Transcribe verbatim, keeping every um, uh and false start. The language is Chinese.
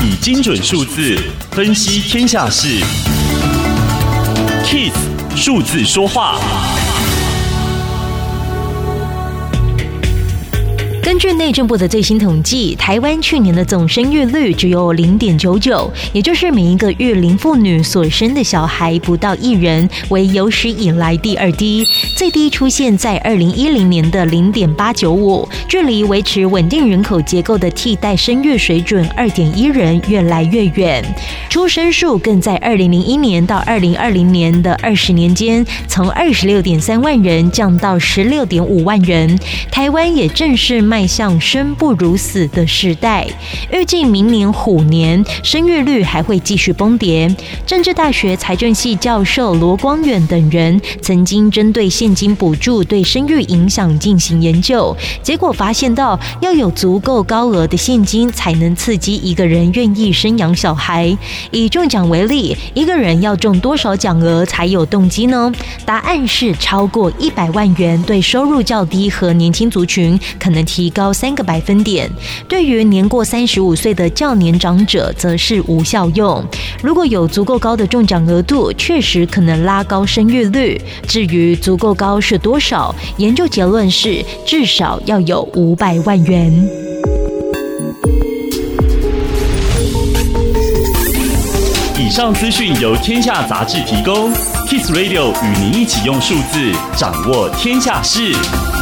以精准数字分析天下事。Kiss 数字说话。 根据内政部的最新统计，台湾去年的总生育率只有 零点九九， 也就是每一个育龄妇女所生的小孩不到一人，为有史以来第二低，最低出现在二零一零年的 零点八九五， 距离维持稳定人口结构的替代生育水准 二点一人越来越远。出生数更在二零零一年到二零二零年的二十年间，从 二十六点三万人降到 十六点五万人。台湾也正式迈向生不如死的时代，预计明年虎年生育率还会继续崩跌。政治大学财政系教授罗光远等人曾经针对现金补助对生育影响进行研究，结果发现到要有足够高额的现金才能刺激一个人愿意生养小孩。以中奖为例，一个人要中多少奖额才有动机呢？答案是超过一百万元，对收入较低和年轻族群可能提高三个百分点，对于年过三十五岁的较年长者则是无效用。如果有足够高的中奖额度，确实可能拉高生育率。至于足够高是多少，研究结论是至少要有五百万元。 以上资讯由天下杂志提供 ，Kiss Radio 与您一起用数字掌握天下事。